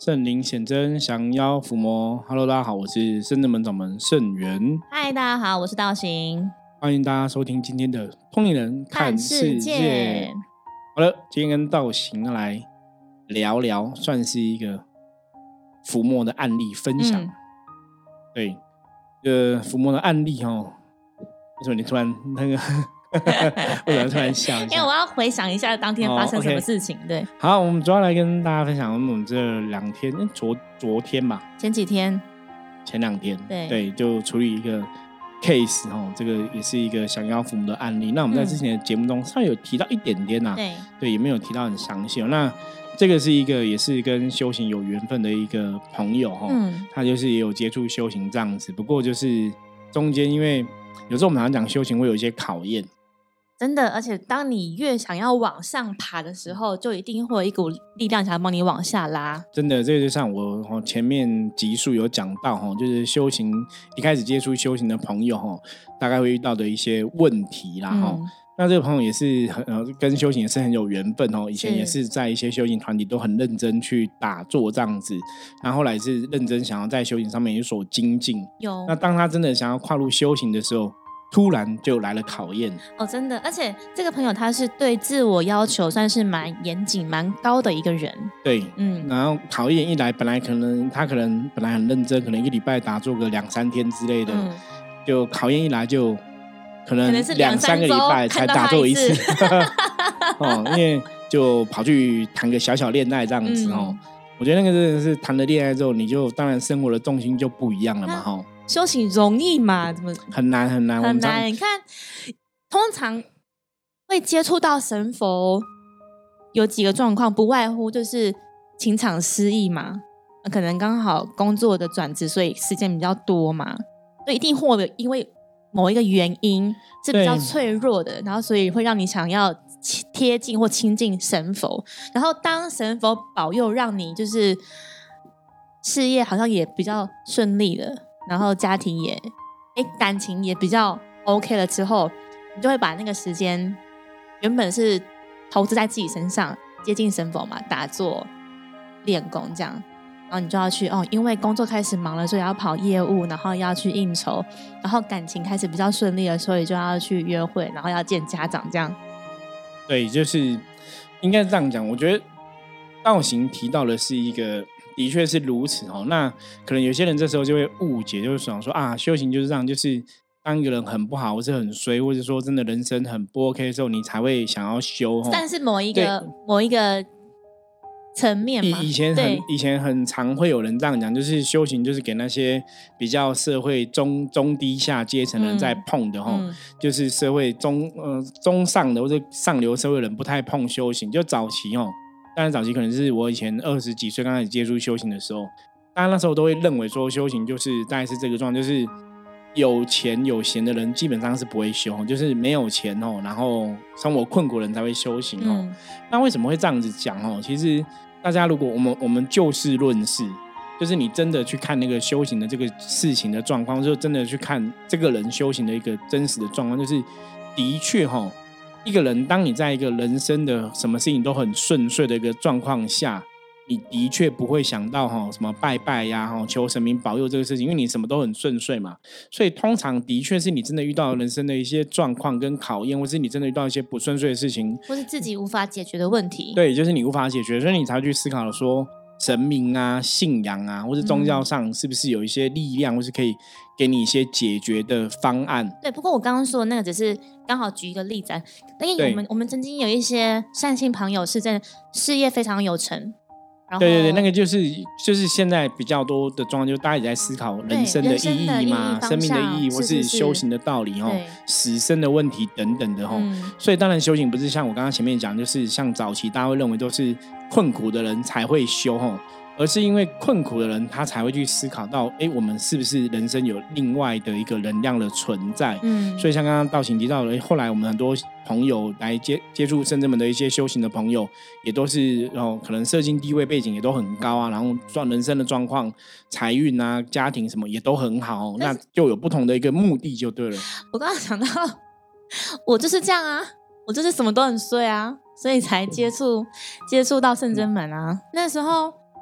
圣灵显真，降妖伏魔。Hello， 大家好，我是圣真门掌门圣元。 嗨，大家好，我是道行。 欢迎大家收听今天的通灵人看世界。好了，今天跟道行来聊聊，算是一个伏魔的案例分享。对，伏魔的案例哦，为什么你突然那个？为什么突然笑一下？ 因为我要回想一下当天发生什么事情。对， 好，我们主要来跟大家分享我们这2天，昨天吧， 前几天， 前2天， 对， 就处理一个 case 这个也是一个降妖伏魔的案例。那我们在之前的节目中稍微有提到一点点对，也没有提到很详细。那这个是一个也是跟修行有缘分的一个朋友他就是也有接触修行这样子，不过就是中间因为有时候我们常常讲修行会有一些考验。 真的，而且当你越想要往上爬的时候，就一定会有一股力量想要帮你往下拉。 真的，这个就像我前面集数有讲到就是修行一开始接触修行的朋友大概会遇到的一些问题啦那这个朋友也是跟修行也是很有缘分以前也是在一些修行团体都很认真去打坐这样子，然后后来是认真想要在修行上面有所精进。那当他真的想要跨入修行的时候，突然就来了考验真的，而且这个朋友他是对自我要求算是蛮严谨蛮高的一个人。 对，然后考验一来，他可能本来很认真，可能1个礼拜打坐个2-3天之类的就考验一来就可能2-3个礼拜才打坐一次因为就跑去谈个小恋爱这样子我觉得那个真的是谈了恋爱之后，你就当然生活的重心就不一样了嘛修行容易吗？怎么很难很难很难？你看，通常会接触到神佛，有几个状况，不外乎就是情场失意嘛，可能刚好工作的转职，所以时间比较多嘛，所以一定会因为某一个原因是比较脆弱的，然后所以会让你想要贴近或亲近神佛，然后当神佛保佑让你就是事业好像也比较顺利了，然后家庭也感情也比较 OK 了之后，你就会把那个时间原本是投资在自己身上，接近神佛嘛，打坐练功这样，然后你就要去因为工作开始忙了，所以要跑业务，然后要去应酬，然后感情开始比较顺利了，所以就要去约会，然后要见家长这样。 对，就是应该这样讲。我觉得道行提到的是一个的确是如此那可能有些人这时候就会误解，就是想说修行就是这样，就是当一个人很不好或是很衰，或者说真的人生很不 OK 的时候，你才会想要修但是某一个层面嘛， 以前很常会有人这样讲，就是修行就是给那些比较社会中低下阶层的人在碰的就是社会中上的或者上流社会人不太碰修行。就早期当然早期可能是我以前20几岁刚开始接触修行的时候，当然那时候都会认为说修行就是大概是这个状态，就是有钱有闲的人基本上是不会修，就是没有钱然后生活困苦的人才会修行那为什么会这样子讲其实大家如果我们就事论事，就是你真的去看那个修行的这个事情的状况，就真的去看这个人修行的一个真实的状况，就是的确一个人当你在一个人生的什么事情都很顺遂的一个状况下，你的确不会想到什么拜拜呀求神明保佑这个事情，因为你什么都很顺遂嘛。所以通常的确是你真的遇到人生的一些状况跟考验，或是你真的遇到一些不顺遂的事情， 或是自己无法解决的问题。 对，就是你无法解决，所以你才会去思考说神明啊信仰啊或是宗教上是不是有一些力量，或是可以给你一些解决的方案。 对，不过我刚刚说的那个只是刚好举一个例子，因为我们曾经有一些善信朋友是真的事业非常有成， 对，那个就是现在比较多的状况，就是大家也在思考人生的意义嘛，生命的意义，或是修行的道理死生的问题等等的所以当然修行不是像我刚刚前面讲，就是像早期大家会认为都是困苦的人才会修而是因为困苦的人他才会去思考到我们是不是人生有另外的一个能量的存在所以像刚刚道行提到的后来我们很多朋友来接触圣真门的一些修行的朋友，也都是可能社经地位背景也都很高啊，然后人生的状况财运啊家庭什么也都很好那就有不同的一个目的就对了。 我刚刚想到我就是这样啊，我就是什么都很衰啊，所以才接触到圣真门啊。那时候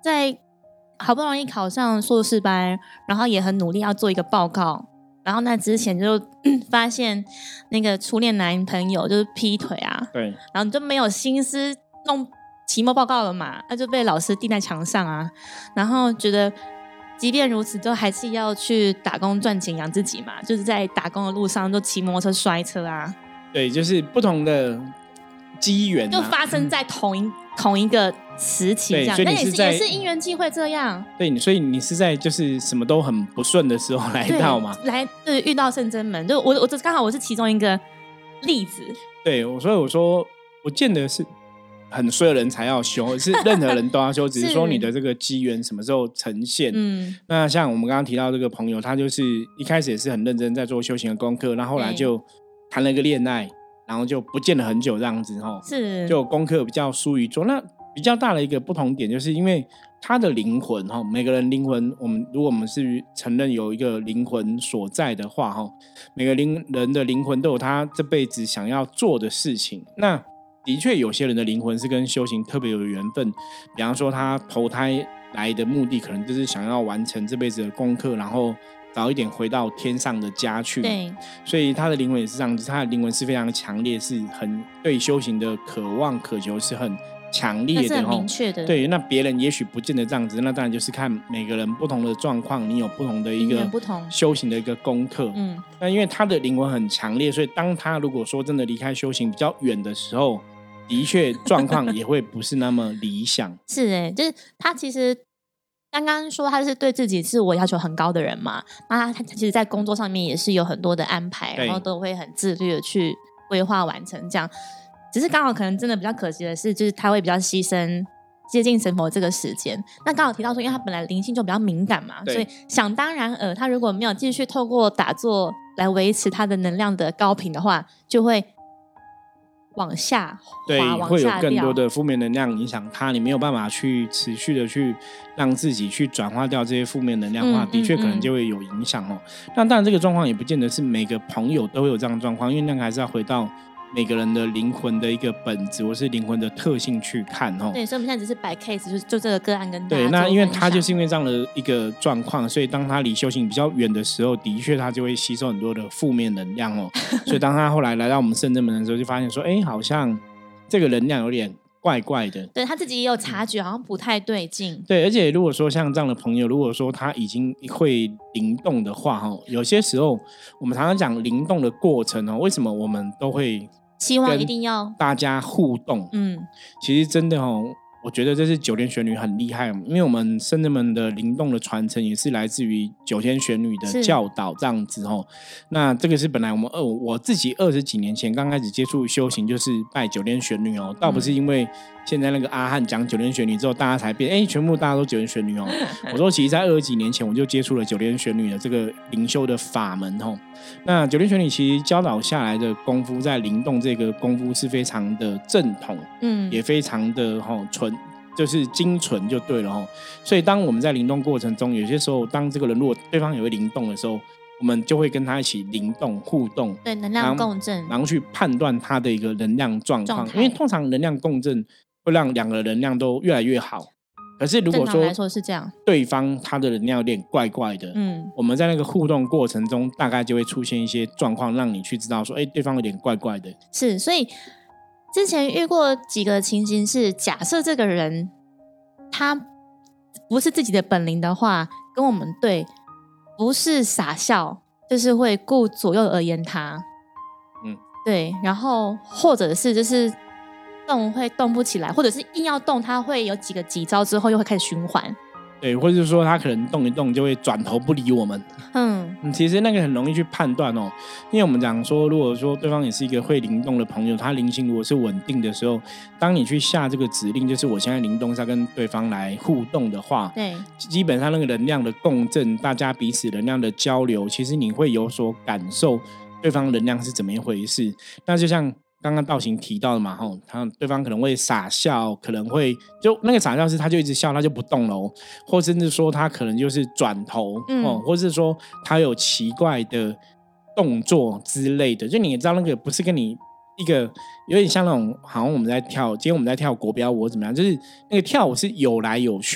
在好不容易考上硕士班，然后也很努力要做一个报告，然后那之前就发现那个初恋男朋友就是劈腿啊， 对， 然后你就没有心思弄期末报告了嘛，那就被老师钉在墙上啊，然后觉得即便如此都还是要去打工赚钱养自己嘛，就是在打工的路上就骑摩托车摔车啊， 对，就是不同的机缘、 就发生在同一个时期这样，那也是因缘际会这样。 对，所以你是在就是什么都很不顺的时候来到嘛？ 对，遇到圣真门，就我这刚好我是其中一个例子。 对，所以我说不见得是很衰的人才要修，是任何人都要修，只是说你的这个机缘什么时候呈现。那像我们刚刚提到这个朋友，他就是一开始也是很认真在做修行的功课，然后后来就谈了一个恋爱，然后就不见了很久这样子是就功课比较疏于做。那比较大的一个不同点，就是因为他的灵魂每个人灵魂，如果我们是承认有一个灵魂所在的话每个人的灵魂都有他这辈子想要做的事情。那的确有些人的灵魂是跟修行特别有缘分，比方说他投胎来的目的可能就是想要完成这辈子的功课，然后早一点回到天上的家去。 对， 所以他的灵魂也是这样子，他的灵魂是非常强烈，是很对修行的渴望渴求是很强烈的， 是很明确的。 对，那别人也许不见得这样子，那当然就是看每个人不同的状况，你有不同的一个修行的一个功课。那因为他的灵魂很强烈，所以当他如果说真的离开修行比较远的时候，的确状况也会不是那么理想。 是就是他其实刚刚说他是对自己自我要求很高的人嘛，那他其实在工作上面也是有很多的安排，然后都会很自律的去规划完成这样。只是刚好可能真的比较可惜的是，就是他会比较牺牲接近神佛这个时间。那刚好提到说因为他本来灵性就比较敏感嘛，所以想当然他如果没有继续透过打坐来维持他的能量的高频的话，就会往下滑， 对， 往下掉， 会有更多的负面能量影响他，你没有办法去持续的去让自己去转化掉这些负面能量的话，的确可能就会有影响那当然这个状况也不见得是每个朋友都会有这样的状况，因为那个还是要回到每个人的灵魂的一个本质或是灵魂的特性去看对，所以我们现在只是摆 case， 就这个个案跟大家对。那因为他就是因为这样的一个状况，所以当他离修行比较远的时候，的确他就会吸收很多的负面能量所以当他后来来到我们圣真门的时候，就发现说好像这个能量有点怪怪的。 对，他自己也有察觉好像不太对劲。 对，而且如果说像这样的朋友，如果说他已经会灵动的话有些时候我们常常讲灵动的过程为什么我们都会希望一定要大家互动其实真的我觉得这是九天玄女很厉害，因为我们圣真门的灵动的传承也是来自于九天玄女的教导这样子那这个是本来我自己20几年前刚开始接触修行就是拜九天玄女倒不是因为现在那个阿汉讲九天玄女之后大家才变全部大家都九天玄女我说其实在20几年前我就接触了九天玄女的这个灵修的法门那九天玄女其实教导下来的功夫，在灵动这个功夫是非常的正统也非常的纯，就是精纯就对了所以当我们在灵动过程中，有些时候当这个人如果对方也会灵动的时候，我们就会跟他一起灵动互动， 对，能量共振， 然后去判断他的一个能量状况，因为通常能量共振会让两个能量都越来越好。可是如果说来说是这样， 对方他的能量有点怪怪的我们在那个互动过程中大概就会出现一些状况，让你去知道说对方有点怪怪的。 是，所以之前遇过几个情形是，假设这个人他不是自己的本灵的话，跟我们对不是傻笑，就是会顾左右而言他对，然后或者是就是动会动不起来，或者是硬要动，他会有几招之后又会开始循环。 对，或者是说他可能动一动就会转头不理我们。其实那个很容易去判断因为我们讲说，如果说对方也是一个会灵动的朋友，他灵性如果是稳定的时候，当你去下这个指令，就是我现在灵动是要跟对方来互动的话， 对， 基本上那个能量的共振，大家彼此能量的交流，其实你会有所感受对方能量是怎么一回事。那就像刚刚道行提到的嘛对方可能会傻笑，可能会就那个傻笑是他就一直笑，他就不动了或甚至说他可能就是转头或是说他有奇怪的动作之类的，就你也知道那个不是跟你一个有点像那种好像我们在跳，今天我们在跳国标舞怎么样，就是那个跳舞是有来有去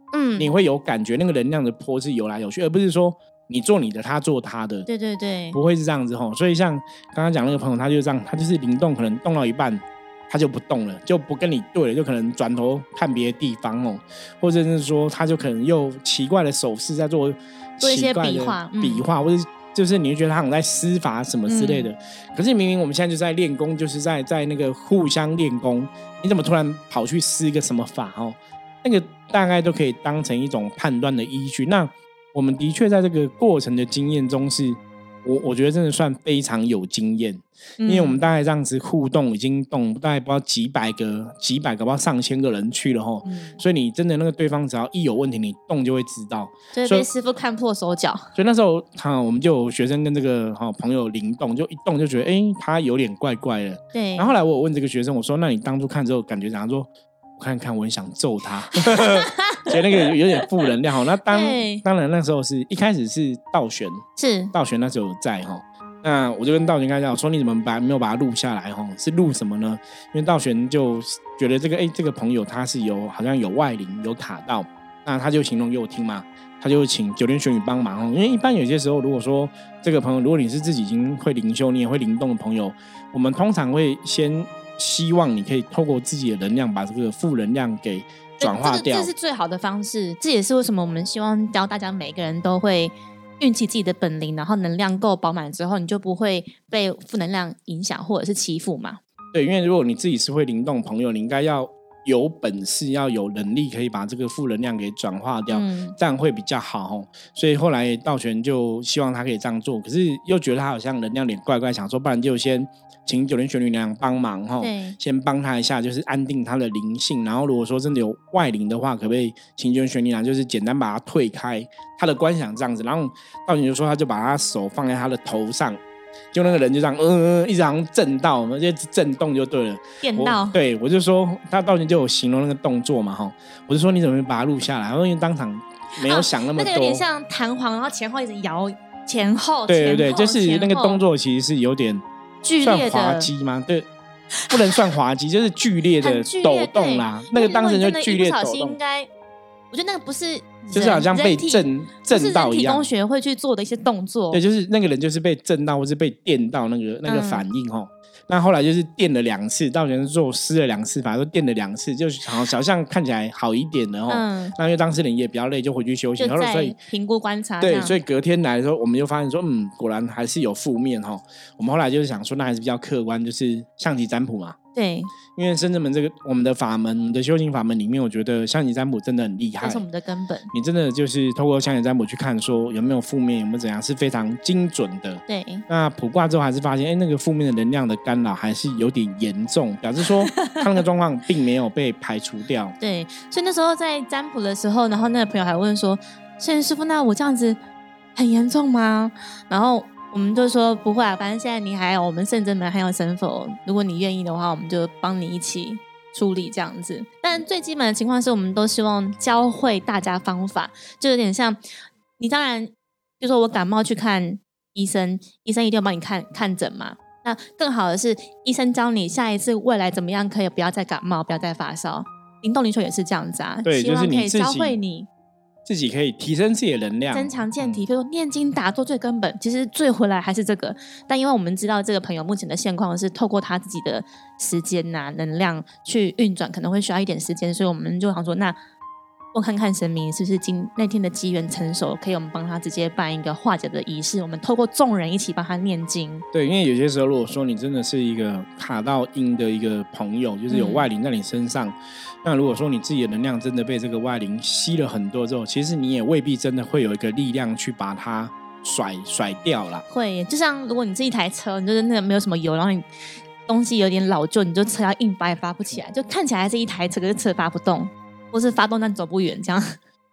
你会有感觉那个能量的波是游来游去，而不是说你做你的他做他的， 对对对， 不会是这样子吼。所以像刚刚讲那个朋友，他就这样，他就是灵动，可能动到一半他就不动了，就不跟你对了，就可能转头看别的地方哦，或者是说他就可能用奇怪的手势在做一些比划，或者就是你会觉得他好像在施法什么之类的。可是明明我们现在就在练功，就是在那个互相练功，你怎么突然跑去施一个什么法哦？那个大概都可以当成一种判断的依据。那我们的确在这个过程的经验中是。我觉得真的算非常有经验，因为我们大概这样子互动已经动大概不知道几百个不知道上千个人去了齁，所以你真的那个对方只要一有问题你动就会知道， 就会被师父看破手脚。 所以那时候我们就有学生跟这个朋友灵动，就一动就觉得他有点怪怪的。 对， 然后后来我有问这个学生，我说那你当初看之后感觉怎样？他说我看看我很想揍他觉得那个有点负能量。那当然那时候是一开始是道玄那时候有在那我就跟道玄跟他讲说你怎么没有把它录下来是录什么呢？因为道玄就觉得这个朋友他是好像有外灵有卡到，那他就形容给我听嘛，他就请九天玄女帮忙因为一般有些时候如果说这个朋友如果你是自己已经会灵修你也会灵动的朋友，我们通常会先希望你可以透过自己的能量把这个负能量给转化掉， 这是最好的方式。这也是为什么我们希望教大家每个人都会运起自己的本领，然后能量够饱满之后，你就不会被负能量影响或者是欺负嘛。 对，因为如果你自己是会灵动朋友，你应该要有本事要有能力可以把这个负能量给转化掉，这样会比较好所以后来道玄就希望他可以这样做，可是又觉得他好像能量有点怪怪，想说不然就先请九天玄女娘帮忙先帮他一下，就是安定他的灵性，然后如果说真的有外灵的话，可不可以请九天玄女娘就是简单把他退开他的观想这样子。然后道玄就说他就把他手放在他的头上，就那个人就这样一直好像震到，就震动就对了， 电到。 对，我就说他道玄就有形容那个动作嘛我就说你怎么没把它录下来？因为当场没有想那么多， 那个有点像弹簧，然后前后一直摇，前后对对对，就是那个动作其实是有点剧烈的， 算滑稽吗？对，不能算滑稽，就是剧烈的抖动啦。那个当时就剧烈抖动， 应该我觉得那个不是就是好像被震到一样， 人体工学会去做的一些动作。 对，就是那个人就是被震到或是被电到那个反应那后来就是电了2次，道玄做施了2次法，都电了2次，就好像看起来好一点了那因为当时人也比较累，就回去休息， 就在评估观察。 对，所以隔天来的时候，我们就发现说，果然还是有负面我们后来就是想说，那还是比较客观，就是象棋占卜嘛。 对， 因为深圳门这个我们的法门，我们的修行法门里面，我觉得象棋占卜真的很厉害， 这是我们的根本。 你真的就是透过象棋占卜去看，说有没有负面，有没有怎样，是非常精准的。 对， 那卜卦之后还是发现，那个负面的能量的干扰还是有点严重，表示说他那个状况并没有被排除掉。 对，所以那时候在占卜的时候，然后那个朋友还问说：“圣元师父，那我这样子很严重吗？”然后我们就说不会啊，反正现在你还有我们圣真门还有神佛，如果你愿意的话，我们就帮你一起处理这样子。但最基本的情况是我们都希望教会大家方法，就有点像你当然就说我感冒去看医生，医生一定要帮你看诊嘛。那更好的是医生教你下一次未来怎么样可以不要再感冒，不要再发烧。灵动灵修也是这样子啊， 对， 希望可以就是教会你自己可以提升自己的能量， 增强健体，比如说念经打坐最根本，其实最回来还是这个。但因为我们知道这个朋友目前的现况是透过他自己的时间能量去运转，可能会需要一点时间，所以我们就想说，那我看看神明是不是那天的机缘成熟，可以我们帮他直接办一个化解的仪式，我们透过众人一起帮他念经。 对，因为有些时候如果说你真的是一个卡到阴的一个朋友，就是有外灵在你身上，那如果说你自己的能量真的被这个外灵吸了很多之后，其实你也未必真的会有一个力量去把它甩掉啦。 会，就像如果你这一台车，你就是那个没有什么油，然后你东西有点老旧，你就车要硬发也发不起来，就看起来是一台车，可是车发不动，或是发动但走不远这样。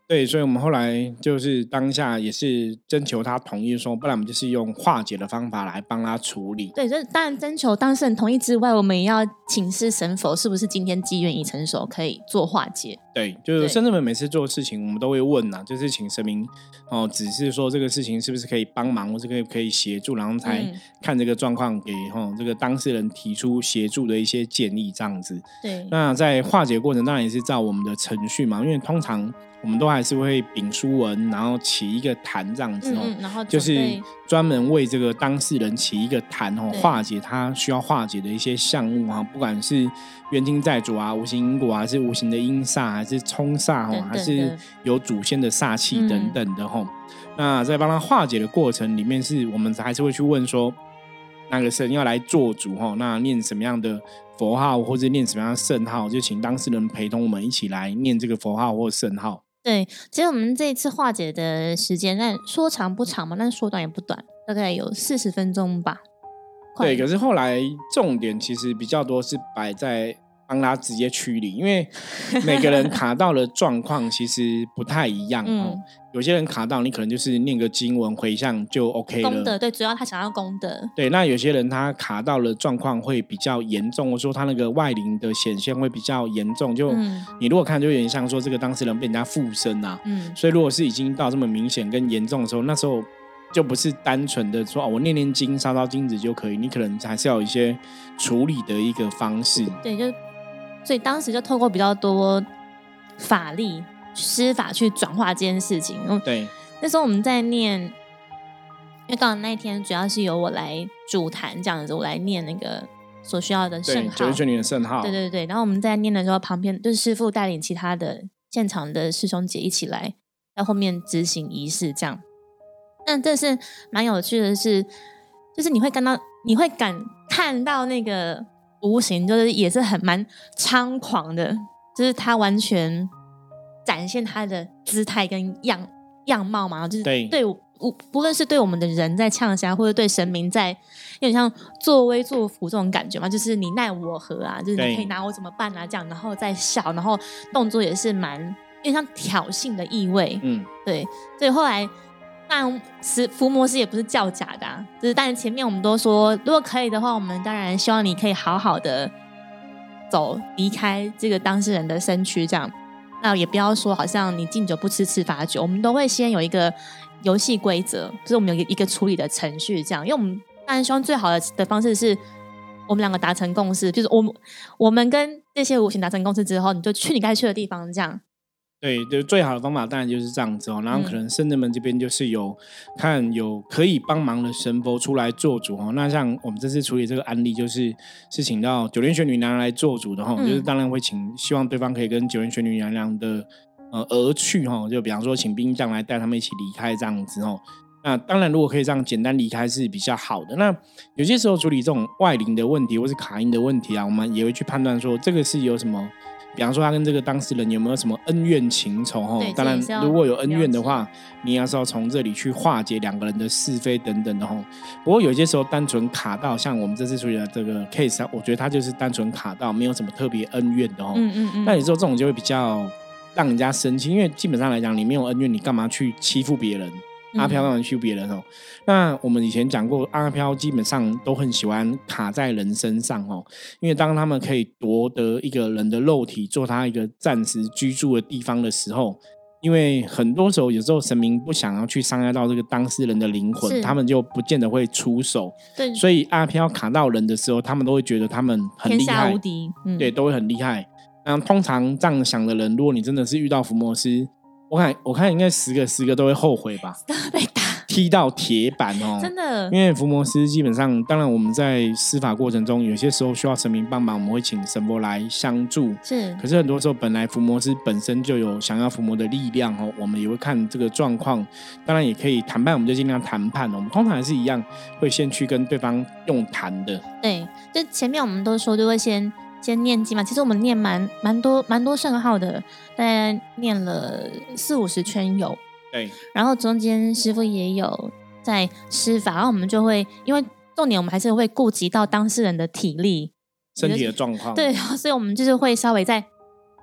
对，所以我们后来就是当下也是征求他同意说，不然我们就是用化解的方法来帮他处理。 对，就是当然征求当事人同意之外，我们也要请示神佛是不是今天机缘已成熟，可以做化解。 对，就是甚至们每次做事情，我们都会问啊，就是请神明指示说这个事情是不是可以帮忙，或是可以协助，然后才看这个状况给这个当事人提出协助的一些建议，这样子。 对， 那在化解过程当然也是照我们的程序嘛，因为通常我们都还是会秉书文，然后起一个坛这样子然后就是专门为这个当事人起一个坛化解他需要化解的一些项目不管是冤亲债主啊、无形因果啊，还是无形的阴煞，还是冲煞还是有祖先的煞气等等的那在帮他化解的过程里面，是我们还是会去问说那个神要来做主那念什么样的佛号或者念什么样的圣号，就请当事人陪同我们一起来念这个佛号或圣号。 对，其实我们这一次化解的时间，但说长不长嘛，但说短也不短，大概有40分钟吧。 对，可是后来重点其实比较多是摆在帮他直接驱离，因为每个人卡到的状况其实不太一样有些人卡到你可能就是念个经文回向就 OK 了， 功德，对，主要他想要功德。 对，那有些人他卡到的状况会比较严重，或者说他那个外灵的显现会比较严重，就你如果看就有点像说这个当事人被人家附身啊所以如果是已经到这么明显跟严重的时候，那时候就不是单纯的说我念念经烧烧金子就可以，你可能还是要有一些处理的一个方式。 对，所以当时就透过比较多法力施法去转化这件事情。 对， 那时候我们在念，因为刚好那一天主要是由我来主坛这样子，我来念那个所需要的圣号， 九天玄女的圣号。 对对对，然后我们在念的时候，旁边就是师父带领其他的现场的师兄姐一起来在后面执行仪式这样。但这是蛮有趣的是，就是你会感看到那个无形，就是也是蛮猖狂的，就是他完全展现他的姿态跟样貌嘛，就是对不论是对我们的人在呛下，或者对神明在有点像作威作福这种感觉嘛，就是你奈我何啊，就是你可以拿我怎么办啊这样，然后再笑，然后动作也是蛮有点像挑衅的意味。对，所以后来当然伏魔师也不是叫假的就是当然前面我们都说如果可以的话，我们当然希望你可以好好的离开这个当事人的身躯这样，那也不要说好像你敬酒不吃吃罚酒，我们都会先有一个游戏规则，就是我们有一个处理的程序这样，因为我们当然希望最好的方式是我们两个达成共识，就是我们跟这些无形达成共识之后，你就去你该去的地方这样。 对，就最好的方法当然就是这样子然后可能圣人们这边就是有可以帮忙的神佛出来做主那像我们这次处理这个案例就是请到九天玄女娘娘来做主的就是当然会希望对方可以跟九天玄女娘娘的而去就比方说请兵将来带他们一起离开这样子那当然如果可以这样简单离开是比较好的。那有些时候处理这种外灵的问题或是卡音的问题我们也会去判断说这个是有什么，比方说他跟这个当事人有没有什么恩怨情仇当然如果有恩怨的话，你也是要从这里去化解两个人的是非等等的不过有些时候单纯卡到，像我们这次处理的这个 case 我觉得他就是单纯卡到没有什么特别恩怨的那有时候这种就会比较让人家生气，因为基本上来讲你没有恩怨，你干嘛去欺负别人阿飘干嘛欺负别人那我们以前讲过，阿飘基本上都很喜欢卡在人身上因为当他们可以夺得一个人的肉体做他一个暂时居住的地方的时候，因为很多时候有时候神明不想要去伤害到这个当事人的灵魂，他们就不见得会出手。对，所以阿飘卡到人的时候，他们都会觉得他们很厉害， 天下无敌对，都会很厉害。那通常这样想的人，如果你真的是遇到伏魔师，我看应该10个都会后悔吧， 被打踢到铁板真的。 因为伏魔师基本上，当然我们在司法过程中，有些时候需要神明帮忙，我们会请神佛来相助。 是， 可是很多时候本来伏魔师本身就有想要伏魔的力量我们也会看这个状况。当然也可以谈判，我们就尽量谈判我们通常还是一样，会先去跟对方用谈的。 对，就前面我们都说就会先念经嘛，其实我们念蛮多圣号的，大概念了40-50圈有。 对， 然后中间师父也有在施法，然后我们就会因为重点我们还是会顾及到当事人的体力、 身体的状况。 对，所以我们就是会稍微再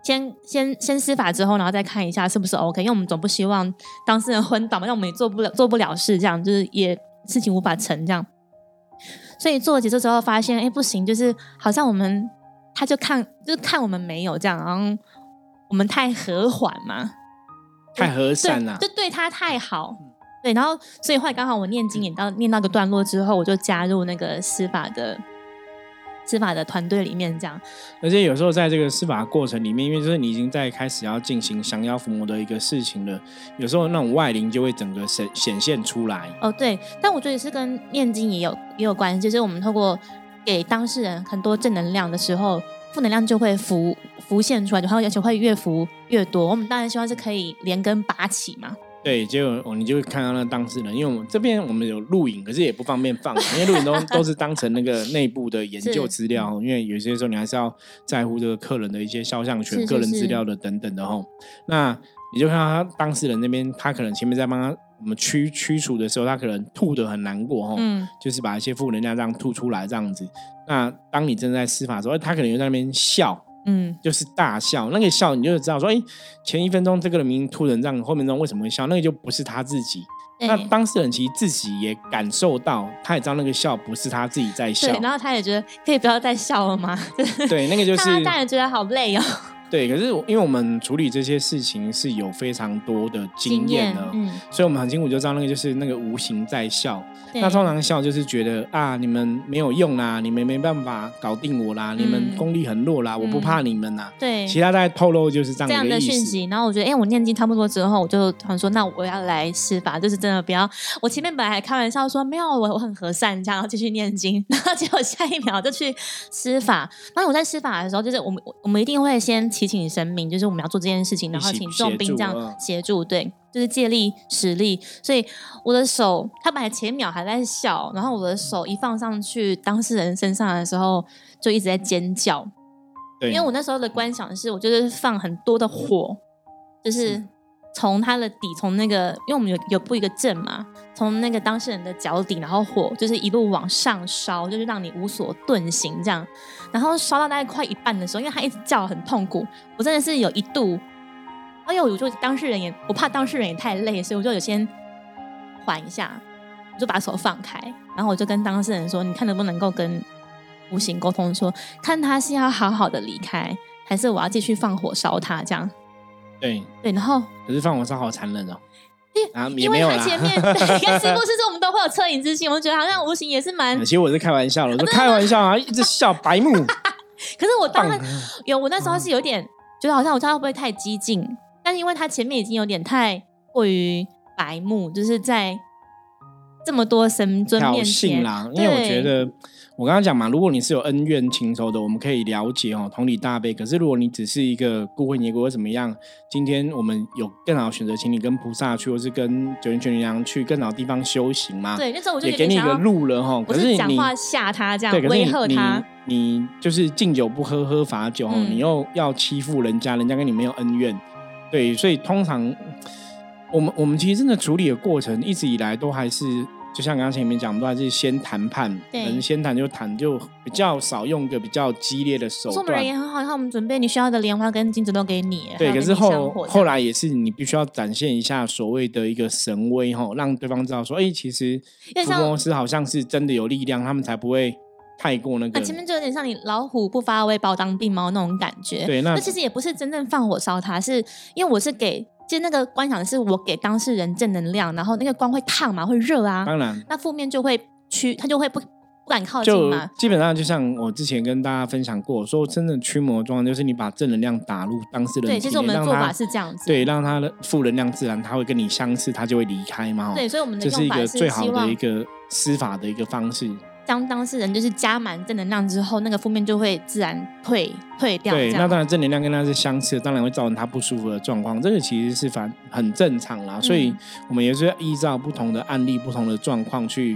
先司法之后，然后再看一下是不是 OK， 因为我们总不希望当事人昏倒嘛，那我们也做不了事，这样就是也事情无法成这样。所以做了结束之后发现，不行，就是好像他就看我们没有这样，然后我们太和缓嘛， 太和善了， 就对他太好。对，然后所以后来刚好我念经念到个段落之后，我就加入那个司法的团队里面这样。 而且有时候在这个司法过程里面，因为就是你已经在开始要进行降妖伏魔的一个事情了，有时候那种外灵就会整个显现出来。 对，但我觉得也是跟念经也有关系，就是我们透过给当事人很多正能量的时候，负能量就会浮现出来，而且会越浮越多。我们当然希望是可以连根拔起嘛。 对，结果你就会看到那当事人，因为我们有录影，可是也不方便放，因为录影都是当成那个内部的研究资料，因为有些时候你还是要在乎这个客人的一些肖像权、个人资料的等等的吼。那你就看到他当事人那边，他可能前面在帮我们驱除的时候，他可能吐得很难过吼，就是把一些负能量这样吐出来这样子。那当你正在司法的时候，他可能又在那边笑。就是大笑，那个笑你就知道说，前1分钟这个人明明吐成这样，后面为什么会笑？那个就不是他自己。那当事人其实自己也感受到，他也知道那个笑不是他自己在笑， 对，然后他也觉得可以不要再笑了吗？ 对，那个就是他当然觉得好累哦。 对，可是因为我们处理这些事情是有非常多的经验的，所以我们很清楚就知道那个就是那个无形在笑。那通常笑就是觉得你们没有用啦，你们没办法搞定我啦，你们功力很弱啦，我不怕你们啦。 对， 其他在透露就是这样的意思。 讯息。然后我觉得，我念经差不多之后，我就想说，那我要来司法，就是真的不要。我前面本来还开玩笑说没有，我很和善这样，然后继续念经，然后结果下一秒就去司法。然后我在司法的时候，就是我们一定会先祈请神明，就是我们要做这件事情，然后请重兵这样协助，对。就是借力使力，所以我的手，他本来前秒还在笑，然后我的手一放上去当事人身上的时候，就一直在尖叫。对，因为我那时候的观想是，我就是放很多的火，就是从他的底，从那个，因为我们有布一个阵嘛，从那个当事人的脚底，然后火就是一路往上烧，就是让你无所遁形这样。然后烧到大概快一半的时候，因为他一直叫很痛苦，我真的是有一度。我就当事人我怕当事人也太累，所以我就有先缓一下，我就把手放开，然后我就跟当事人说：“你看能不能够跟无形沟通说，看他是要好好的离开，还是我要继续放火烧他？”这样。对，然后可是放火烧好残忍哦。 因为他前面对，看师父是说我们都会有恻隐之心，我觉得好像无形也是蛮。 其实我是开玩笑的，我说开玩笑啊，一直笑白目。 可是我当然我那时候是有点觉得好像我会不会太激进。但是因为他前面已经有点太过于白目，就是在这么多神尊面前啦。因为我觉得我刚刚讲嘛，如果你是有恩怨情仇的，我们可以了解同理大悲。可是如果你只是一个孤魂野鬼或怎么样，今天我们有更好的选择，请你跟菩萨去，或是跟九天玄女娘去更好的地方修行嘛。 对，那时候我就也给你一个路了可是讲话吓他这样，威吓他。 你就是敬酒不喝，喝罚酒，你又要欺负人家，人家跟你没有恩怨。对，所以通常我们其实真的处理的过程一直以来都还是就像刚刚前面讲，我们都还是先谈判，人先谈就谈，就比较少用个比较激烈的手段。我们人也很好，我们准备你需要的莲花跟金子都给你。 对，可是后来也是你必须要展现一下所谓的一个神威，让对方知道说，其实伏魔师好像是真的有力量，他们才不会太过那个。 前面就有点像你老虎不发威，把我当病猫那种感觉。 对，那其实也不是真正放火烧它，是因为我是给。其实那个观想是我给当事人正能量，然后那个光会烫嘛，会热啊。 当然， 那负面就会他就会不敢靠近嘛。 基本上就像我之前跟大家分享过，说真的驱魔的状况就是你把正能量打入当事人体内， 对，其实我们的做法是这样子， 对，让他的负能量自然他会跟你相似，他就会离开嘛。 对，所以我们的用法这是一个最好的一个施法的一个方式。 当当事人就是加满正能量之后，那个负面就会自然退掉。 对，那当然正能量跟他是相似的，当然会造成他不舒服的状况，这个其实是很正常啦。所以我们也是要依照不同的案例、不同的状况去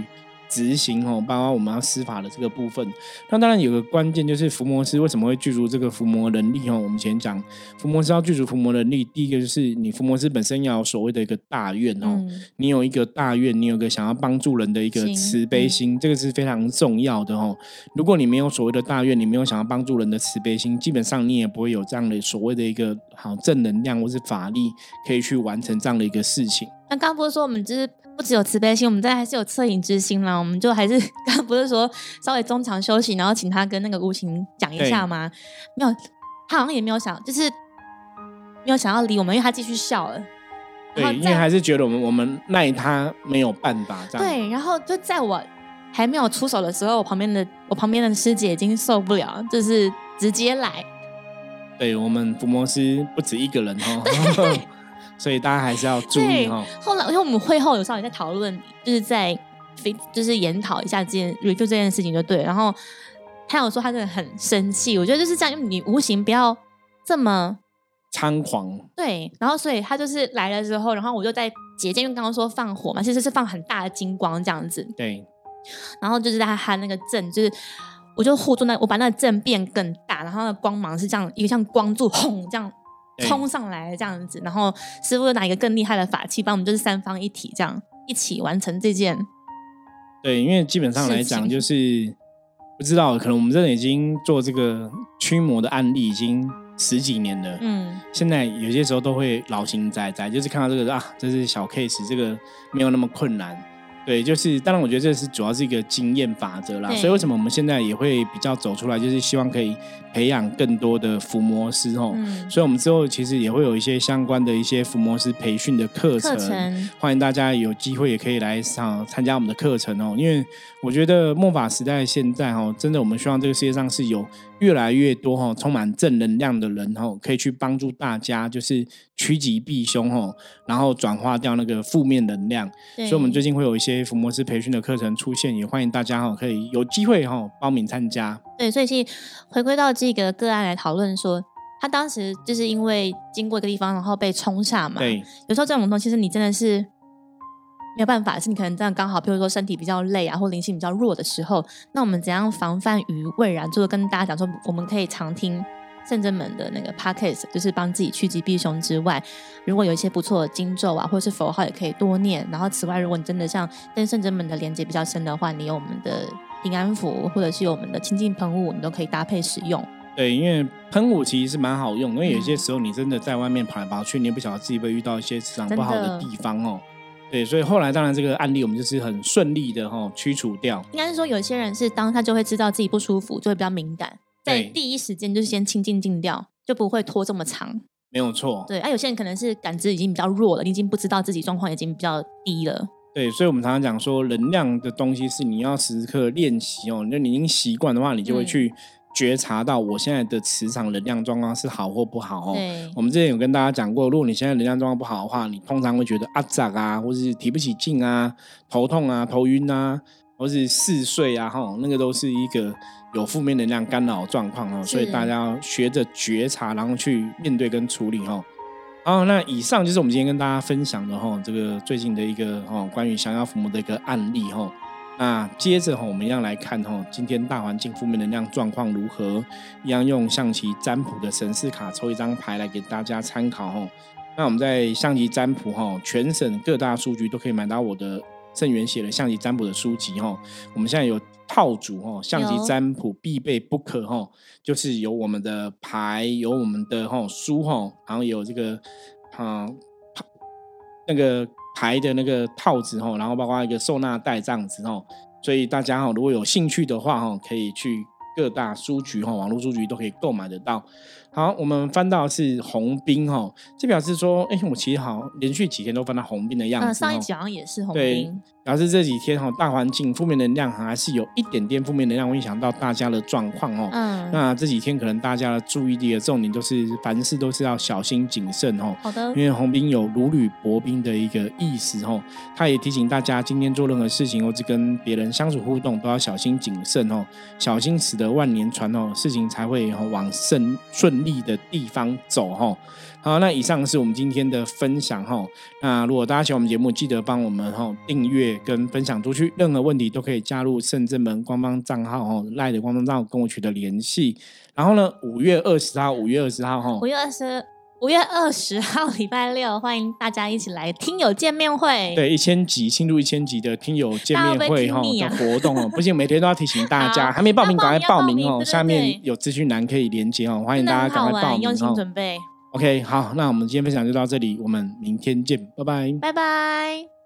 执行包括我们要施法的这个部分。那当然有个关键就是伏魔师为什么会具足这个伏魔能力我们以前讲伏魔师要具足伏魔能力，第一个就是你伏魔师本身要有所谓的一个大愿你有一个大愿，你有一个想要帮助人的一个慈悲心，这个是非常重要的如果你没有所谓的大愿，你没有想要帮助人的慈悲心，基本上你也不会有这样的所谓的一个好正能量或是法力可以去完成这样的一个事情。 那刚刚不是说我们就是不只有慈悲心，我们再还是有恻隐之心啦。我们就还是刚刚不是说稍微中场休息，然后请他跟那个无情讲一下吗？没有，他好像也没有想，就是没有想要理我们，因为他继续笑了。 对，因为还是觉得我们奈他没有办法这样。 对，然后就在我还没有出手的时候，我旁边的师姐已经受不了，就是直接来。对， 我们伏魔师不止一个人所以大家还是要注意后来因为我们会后有时候也在讨论，就是研讨一下review 这件事情就对了。然后他有说他真的很生气，我觉得就是这样，因为你无形不要这么猖狂。 对，然后所以他就是来了之后，然后我就在结界，因为刚刚说放火嘛，其实是放很大的金光这样子。 对， 然后就是在他那个阵，就是我就护住我把那个阵变更大，然后那个光芒是这样一个像光柱轰这样冲上来这样子，然后师父又拿一个更厉害的法器帮我们就是三方一体这样一起完成这件。 对，因为基本上来讲就是不知道可能我们真的已经做这个驱魔的案例已经10几年了，现在有些时候都会老神在在，就是看到这个这是小 case， 这个没有那么困难。对，就是当然我觉得这是主要是一个经验法则啦，所以为什么我们现在也会比较走出来，就是希望可以培养更多的伏魔师所以我们之后其实也会有一些相关的一些伏魔师培训的课程，欢迎大家有机会也可以来参加我们的课程因为我觉得末法时代现在真的我们希望这个世界上是有越来越多充满正能量的人可以去帮助大家，就是趋吉避凶然后转化掉那个负面能量。所以我们最近会有一些伏魔师培训的课程出现，也欢迎大家可以有机会报名参加。 对，所以其实回归到这个个案来讨论说，他当时就是因为经过一个地方然后被冲下嘛。 对， 有时候这种东西是你真的是没有办法，是你可能这样刚好比如说身体比较累或灵性比较弱的时候，那我们怎样防范于未然，就是跟大家讲说我们可以常听圣真门的那个 podcast， 就是帮自己趋吉避凶之外，如果有一些不错的经咒或者是佛号也可以多念。然后此外如果你真的像跟圣真门的连结比较深的话，你有我们的平安符或者是有我们的清净喷雾，你都可以搭配使用。 对，因为喷雾其实是蛮好用，因为有些时候你真的在外面跑来跑去，你也不晓得自己会遇到一些磁场不好的地方对，所以后来当然这个案例我们就是很顺利的驱除掉。 应该是说有些人是当他就会知道自己不舒服，就会比较敏感，在第一时间就是先清净掉，就不会拖这么长。 没有错。 对，有些人可能是感知已经比较弱了，你已经不知道自己状况已经比较低了。 对，所以我们常常讲说能量的东西是你要时时刻练习那你已经习惯的话，你就会去觉察到我现在的磁场能量状况是好或不好我们之前有跟大家讲过，如果你现在能量状况不好的话，你通常会觉得杂或是提不起劲头痛头晕或是嗜睡那个都是一个有负面能量干扰状况所以大家要学着觉察，然后去面对跟处理那以上就是我们今天跟大家分享的这个最近的一个关于降妖伏魔的一个案例那接着我们一样来看今天大环境负面能量状况如何，一样用象棋占卜的神士卡抽一张牌来给大家参考那我们在象棋占卜全省各大书局都可以买到我的郑源写的象棋占卜的书籍我们现在有套组象棋占卜必备不可就是有我们的牌，有我们的书然后有这个那个牌的那个套子然后包括一个收纳袋这样子所以大家如果有兴趣的话可以去各大书局网络书局都可以购买得到。好，我们翻到的是红兵这表示说我其实好连续几天都翻到红兵的样子上一集好像也是红兵， 对，表示这几天大环境负面能量还是有一点点负面能量会影响到大家的状况那这几天可能大家的注意力的重点都是凡事都是要小心谨慎好的， 因为红兵有如履薄冰的一个意思他也提醒大家今天做任何事情或是跟别人相处互动都要小心谨慎小心驶得万年船事情才会往顺利利的地方走齁。好，那以上是我们今天的分享齁。那如果大家喜欢我们节目，记得帮我们订阅跟分享出去。任何问题都可以加入圣真门官方账号LINE 的官方账号跟我取得联系。然后呢5月20号5月20号礼拜六，欢迎大家一起来听友见面会。 对，1000集进入1000集的听友见面会的活动不行，每天都要提醒大家，还没报名赶快报名下面有资讯栏可以连接欢迎大家赶快报名， 用心准备。 OK， 好，那我们今天分享就到这里，我们明天见，拜拜， 拜拜。